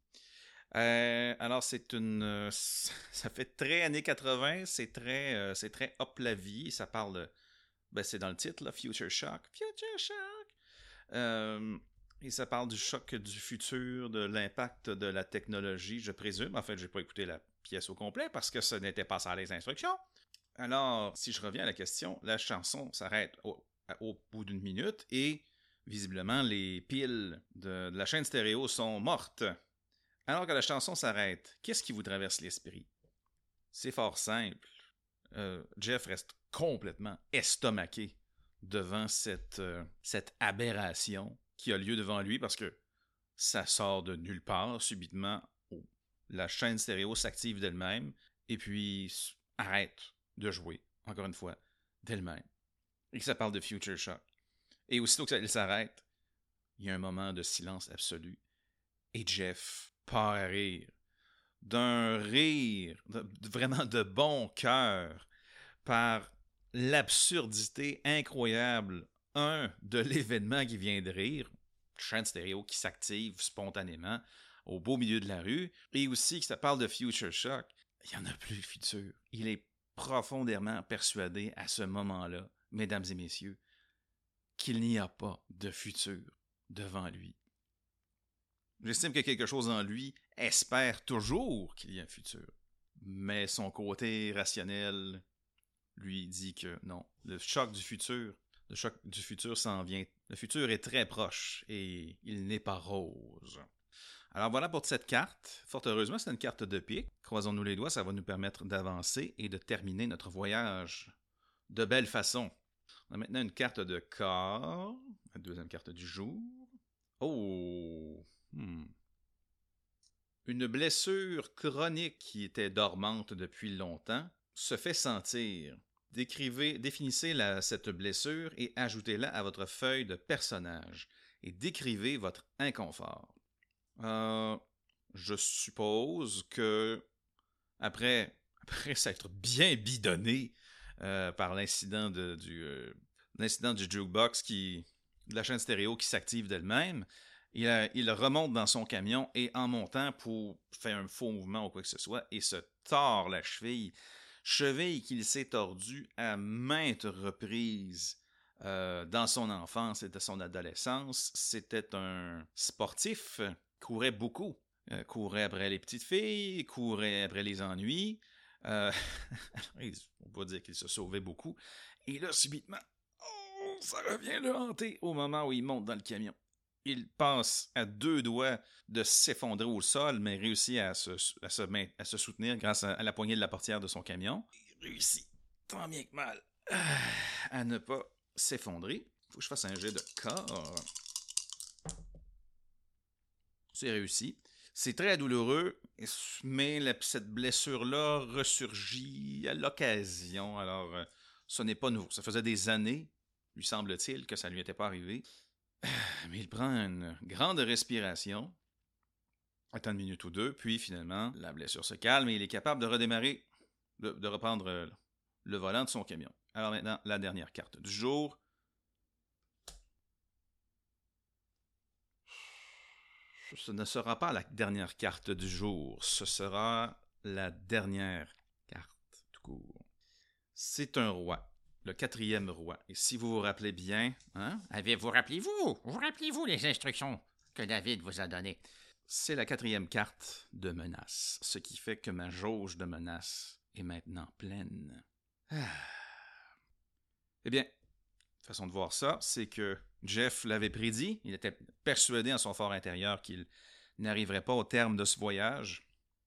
Euh, alors, c'est une... Euh, ça fait très années quatre-vingts. C'est très, euh, c'est très hop la vie. Ça parle... De, ben, c'est dans le titre, là, Future Shock. Future Shock! Euh... Et ça parle du choc du futur, de l'impact de la technologie, je présume. En fait, je n'ai pas écouté la pièce au complet parce que ce n'était pas ça les instructions. Alors, si je reviens à la question, la chanson s'arrête au, au bout d'une minute et visiblement les piles de, de la chaîne stéréo sont mortes. Alors que la chanson s'arrête, qu'est-ce qui vous traverse l'esprit? C'est fort simple. Euh, Jeff reste complètement estomaqué devant cette, euh, cette aberration qui a lieu devant lui parce que ça sort de nulle part, subitement, oh, la chaîne stéréo s'active d'elle-même et puis arrête de jouer, encore une fois, d'elle-même. Et que ça parle de Future Shock. Et aussitôt qu'elle s'arrête, il y a un moment de silence absolu et Jeff part à rire. D'un rire, de, vraiment de bon cœur, par l'absurdité incroyable, un, de l'événement qui vient de rire, chaîne stéréo qui s'active spontanément au beau milieu de la rue, et aussi que ça parle de Future Shock. Il n'y en a plus de futur. Il est profondément persuadé à ce moment-là, mesdames et messieurs, qu'il n'y a pas de futur devant lui. J'estime que quelque chose en lui espère toujours qu'il y a un futur, mais son côté rationnel lui dit que non, le choc du futur, le choc du futur s'en vient. Le futur est très proche et il n'est pas rose. Alors voilà pour cette carte. Fort heureusement, c'est une carte de pique. Croisons-nous les doigts, ça va nous permettre d'avancer et de terminer notre voyage de belle façon. On a maintenant une carte de corps. La deuxième carte du jour. Oh! Hmm. Une blessure chronique qui était dormante depuis longtemps se fait sentir. Décrivez, définissez la, cette blessure et ajoutez-la à votre feuille de personnage. Et décrivez votre inconfort. Euh, je suppose que après, après s'être bien bidonné euh, par l'incident de, du euh, l'incident du jukebox qui de la chaîne stéréo qui s'active d'elle-même, il, a, il remonte dans son camion et en montant pour faire un faux mouvement ou quoi que ce soit et se tord la cheville. Cheville qu'il s'est tordue à maintes reprises euh, dans son enfance et de son adolescence. C'était un sportif, courait beaucoup. Euh, courait après les petites filles, courait après les ennuis. Euh, on peut dire qu'il se sauvait beaucoup. Et là, subitement, oh, ça revient le hanter au moment où il monte dans le camion. Il passe à deux doigts de s'effondrer au sol, mais réussit à se, à se, à se soutenir grâce à, à la poignée de la portière de son camion. Il réussit, tant bien que mal, à ne pas s'effondrer. Il faut que je fasse un jet de corps. C'est réussi. C'est très douloureux, mais la, cette blessure-là ressurgit à l'occasion. Alors, euh, ce n'est pas nouveau. Ça faisait des années, lui semble-t-il, que ça ne lui était pas arrivé. Mais il prend une grande respiration, attend une minute ou deux, puis finalement, la blessure se calme et il est capable de redémarrer, de, de reprendre euh, le volant de son camion. Alors maintenant, la dernière carte du jour. Ce ne sera pas la dernière carte du jour, ce sera la dernière carte tout court. C'est un roi, le quatrième roi. Et si vous vous rappelez bien, hein? Avez-vous rappelez-vous? Vous rappelez-vous les instructions que David vous a données? C'est la quatrième carte de menace, ce qui fait que ma jauge de menace est maintenant pleine. Ah. Eh bien, façon de voir ça, c'est que Jeff l'avait prédit. Il était persuadé en son fort intérieur qu'il n'arriverait pas au terme de ce voyage.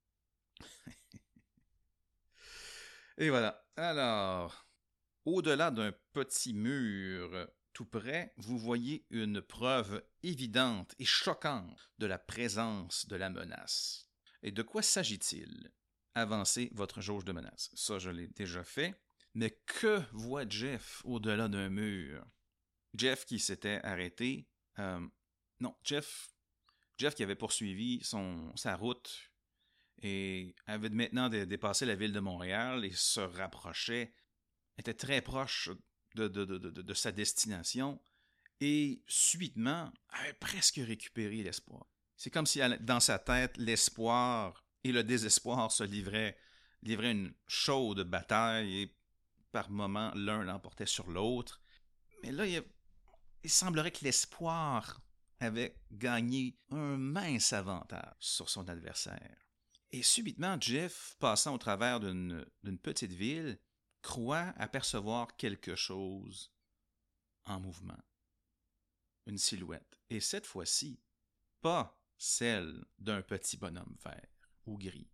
Et voilà. Alors, au-delà d'un petit mur tout près, vous voyez une preuve évidente et choquante de la présence de la menace. Et de quoi s'agit-il? Avancez votre jauge de menace. Ça, je l'ai déjà fait. Mais que voit Jeff au-delà d'un mur? Jeff qui s'était arrêté. Euh, non, Jeff, Jeff qui avait poursuivi son, sa route et avait maintenant dépassé la ville de Montréal et se rapprochait, était très proche de, de, de, de, de sa destination et subitement avait presque récupéré l'espoir. C'est comme si dans sa tête, l'espoir et le désespoir se livraient, livraient une chaude bataille et par moments, l'un l'emportait sur l'autre. Mais là, il, il semblerait que l'espoir avait gagné un mince avantage sur son adversaire. Et subitement, Jeff, passant au travers d'une, d'une petite ville, croit apercevoir quelque chose en mouvement. Une silhouette. Et cette fois-ci, pas celle d'un petit bonhomme vert ou gris.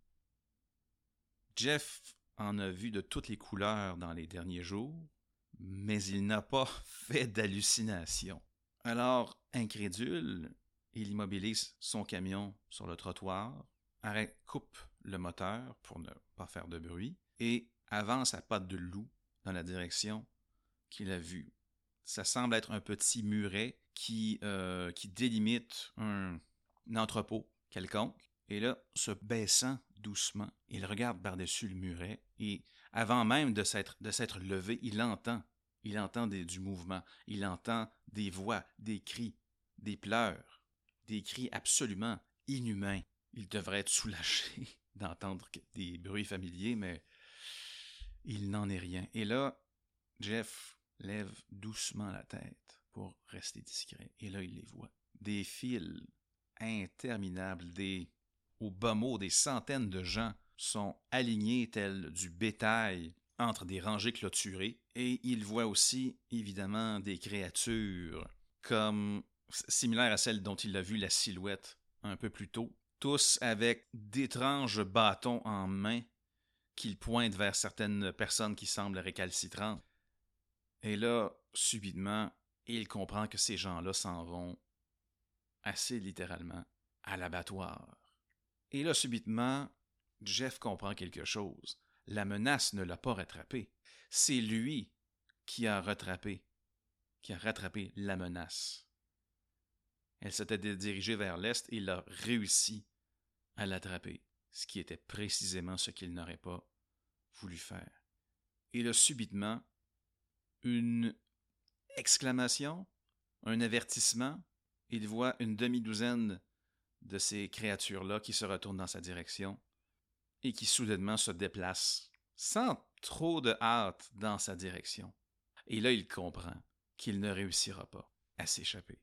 Jeff en a vu de toutes les couleurs dans les derniers jours, mais il n'a pas fait d'hallucination. Alors, incrédule, il immobilise son camion sur le trottoir, arrête, coupe le moteur pour ne pas faire de bruit et avance à pas de loup dans la direction qu'il a vue. Ça semble être un petit muret qui, euh, qui délimite un, un entrepôt quelconque. Et là, se baissant doucement, il regarde par-dessus le muret et avant même de s'être, de s'être levé, il entend, il entend des, du mouvement, il entend des voix, des cris, des pleurs, des cris absolument inhumains. Il devrait être soulagé d'entendre des bruits familiers, mais il n'en est rien. Et là, Jeff lève doucement la tête pour rester discret. Et là, il les voit. Des files interminables, des, au bas mot, des centaines de gens sont alignés tels du bétail entre des rangées clôturées. Et il voit aussi, évidemment, des créatures comme similaires à celles dont il a vu la silhouette un peu plus tôt, tous avec d'étranges bâtons en main qu'ils pointent vers certaines personnes qui semblent récalcitrantes. Et là, subitement, il comprend que ces gens-là s'en vont assez littéralement à l'abattoir. Et là, subitement, Jeff comprend quelque chose. La menace ne l'a pas rattrapé. C'est lui qui a rattrapé, qui a rattrapé la menace. Elle s'était dirigée vers l'est et il a réussi à l'attraper, ce qui était précisément ce qu'il n'aurait pas voulu faire. Et là, subitement, une exclamation, un avertissement, il voit une demi-douzaine de ces créatures-là qui se retournent dans sa direction et qui soudainement se déplacent sans trop de hâte dans sa direction. Et là, il comprend qu'il ne réussira pas à s'échapper.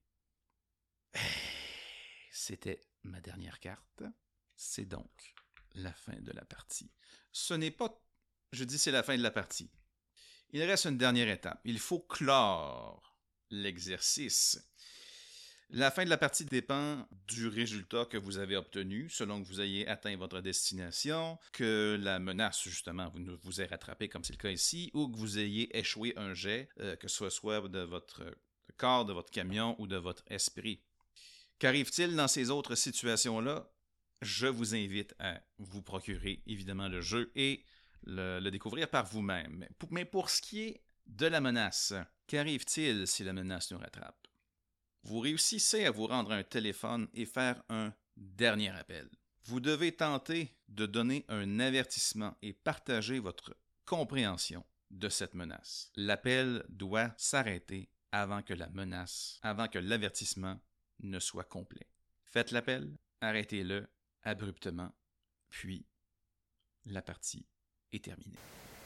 C'était ma dernière carte. C'est donc la fin de la partie. Ce n'est pas... Je dis c'est la fin de la partie. Il reste une dernière étape. Il faut clore l'exercice. La fin de la partie dépend du résultat que vous avez obtenu, selon que vous ayez atteint votre destination, que la menace, justement, vous vous ait rattrapé, comme c'est le cas ici, ou que vous ayez échoué un jet, euh, que ce soit de votre corps, de votre camion ou de votre esprit. Qu'arrive-t-il dans ces autres situations-là? Je vous invite à vous procurer, évidemment, le jeu et le, le découvrir par vous-même. Mais pour ce qui est de la menace, qu'arrive-t-il si la menace nous rattrape? Vous réussissez à vous rendre à un téléphone et faire un dernier appel. Vous devez tenter de donner un avertissement et partager votre compréhension de cette menace. L'appel doit s'arrêter avant que la menace, avant que l'avertissement ne soit complet. Faites l'appel, arrêtez-le abruptement, puis la partie est terminée.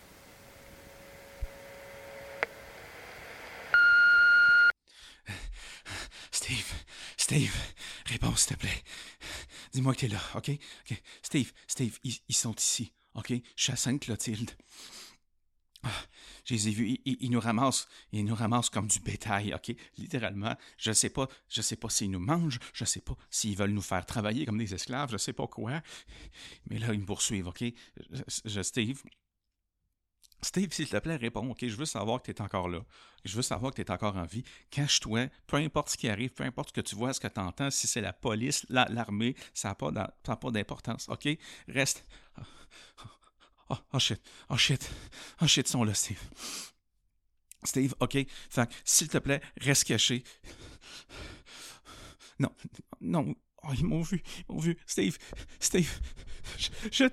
Steve, Steve, réponds s'il te plaît. Dis-moi que t'es là, OK? OK. Steve, Steve, ils, ils sont ici, OK? Je suis à Sainte-Clotilde. Ah, je les ai vus, ils, ils nous ramassent, ils nous ramassent comme du bétail, OK? Littéralement, je sais pas, je sais pas s'ils nous mangent, je sais pas s'ils veulent nous faire travailler comme des esclaves, je sais pas quoi. Mais là, ils me poursuivent, OK? Je, je, Steve... Steve, s'il te plaît, réponds, OK? Je veux savoir que tu es encore là. Je veux savoir que tu es encore en vie. Cache-toi, peu importe ce qui arrive, peu importe ce que tu vois, ce que tu entends, si c'est la police, la, l'armée, ça n'a pas, pas d'importance, OK? Reste... Oh, oh shit, oh shit, oh shit, ils sont là, Steve. Steve, OK? Fait que, s'il te plaît, reste caché. Non, non, oh, ils m'ont vu, ils m'ont vu. Steve, Steve, je... je...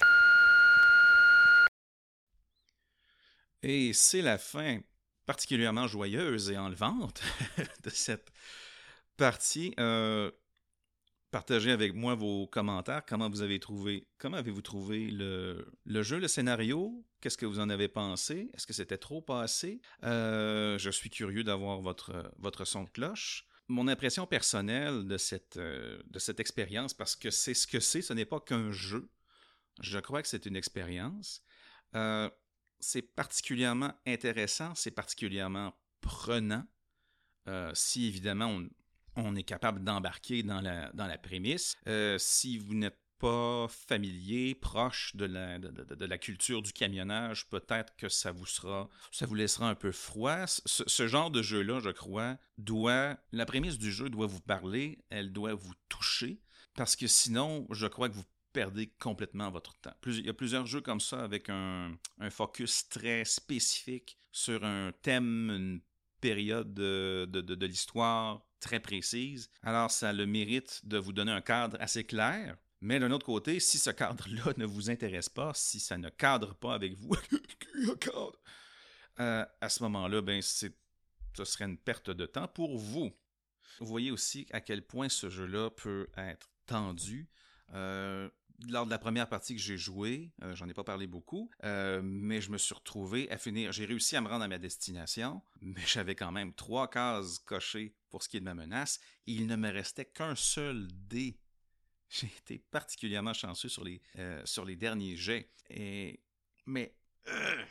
Et c'est la fin particulièrement joyeuse et enlevante de cette partie. Euh, partagez avec moi vos commentaires. Comment vous avez trouvé, comment avez-vous trouvé le, le jeu, le scénario? Qu'est-ce que vous en avez pensé? Est-ce que c'était trop passé? Euh, je suis curieux d'avoir votre, votre son de cloche. Mon impression personnelle de cette, euh, de cette expérience, parce que c'est ce que c'est, ce n'est pas qu'un jeu. Je crois que c'est une expérience. Euh, c'est particulièrement intéressant, c'est particulièrement prenant. Euh, si évidemment on, on est capable d'embarquer dans la, dans la prémisse. Euh, si vous n'êtes pas familier, proche de la, de, de, de la culture du camionnage, peut-être que ça vous sera, ça vous laissera un peu froid. Ce, ce genre de jeu-là, je crois, doit, la prémisse du jeu doit vous parler, elle doit vous toucher, parce que sinon, je crois que vous perdez complètement votre temps. Il y a plusieurs jeux comme ça avec un, un focus très spécifique sur un thème, une période de, de, de, de l'histoire très précise. Alors, ça a le mérite de vous donner un cadre assez clair. Mais d'un autre côté, si ce cadre-là ne vous intéresse pas, si ça ne cadre pas avec vous, cadre, euh, à ce moment-là, ben, c'est, ce serait une perte de temps pour vous. Vous voyez aussi à quel point ce jeu-là peut être tendu. Euh, lors de la première partie que j'ai jouée, euh, j'en ai pas parlé beaucoup, euh, mais je me suis retrouvé à finir. J'ai réussi à me rendre à ma destination, mais j'avais quand même trois cases cochées pour ce qui est de ma menace. Et il ne me restait qu'un seul dé. J'ai été particulièrement chanceux sur les, euh, sur les derniers jets. Et... Mais... Euh,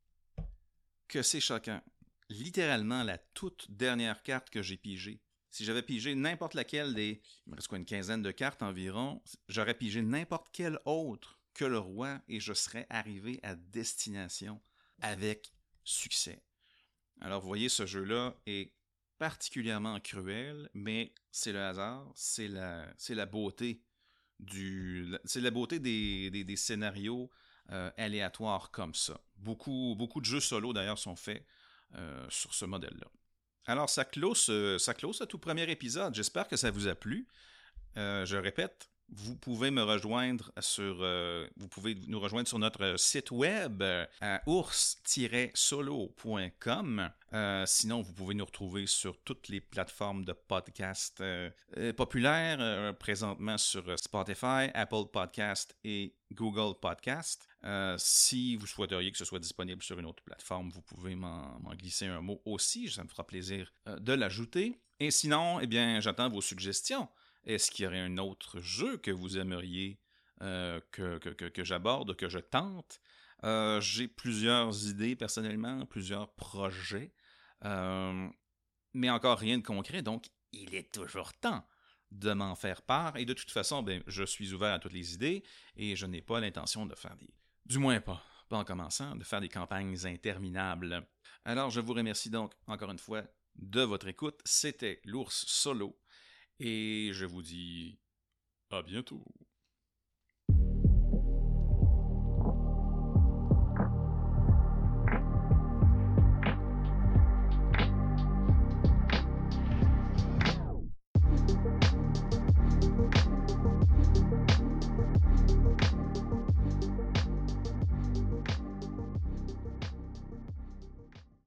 que c'est choquant. Littéralement, la toute dernière carte que j'ai pigée, si j'avais pigé n'importe laquelle des... Il me reste quoi, une quinzaine de cartes environ, j'aurais pigé n'importe quelle autre que le roi et je serais arrivé à destination avec succès. Alors, vous voyez, ce jeu-là est particulièrement cruel, mais c'est le hasard, c'est la, c'est la beauté du, la- c'est la beauté des, des, des scénarios euh, aléatoires comme ça. Beaucoup, beaucoup de jeux solo, d'ailleurs, sont faits euh, sur ce modèle-là. Alors, ça clôt ce, ça clôt ce tout premier épisode. J'espère que ça vous a plu. Euh, je répète, vous pouvez me rejoindre sur, euh, vous pouvez nous rejoindre sur notre site web euh, à ours tiret solo point com. Euh, sinon, vous pouvez nous retrouver sur toutes les plateformes de podcast euh, euh, populaires, euh, présentement sur Spotify, Apple Podcast et Google Podcast. Euh, si vous souhaiteriez que ce soit disponible sur une autre plateforme, vous pouvez m'en, m'en glisser un mot aussi. Ça me fera plaisir euh, de l'ajouter. Et sinon, eh bien, j'attends vos suggestions. Est-ce qu'il y aurait un autre jeu que vous aimeriez euh, que, que, que, que j'aborde, que je tente? Euh, j'ai plusieurs idées personnellement, plusieurs projets, euh, mais encore rien de concret, donc il est toujours temps de m'en faire part. Et de toute façon, ben, je suis ouvert à toutes les idées et je n'ai pas l'intention de faire des... Du moins pas, pas en commençant, de faire des campagnes interminables. Alors je vous remercie donc encore une fois de votre écoute. C'était l'ours solo. Et je vous dis à bientôt.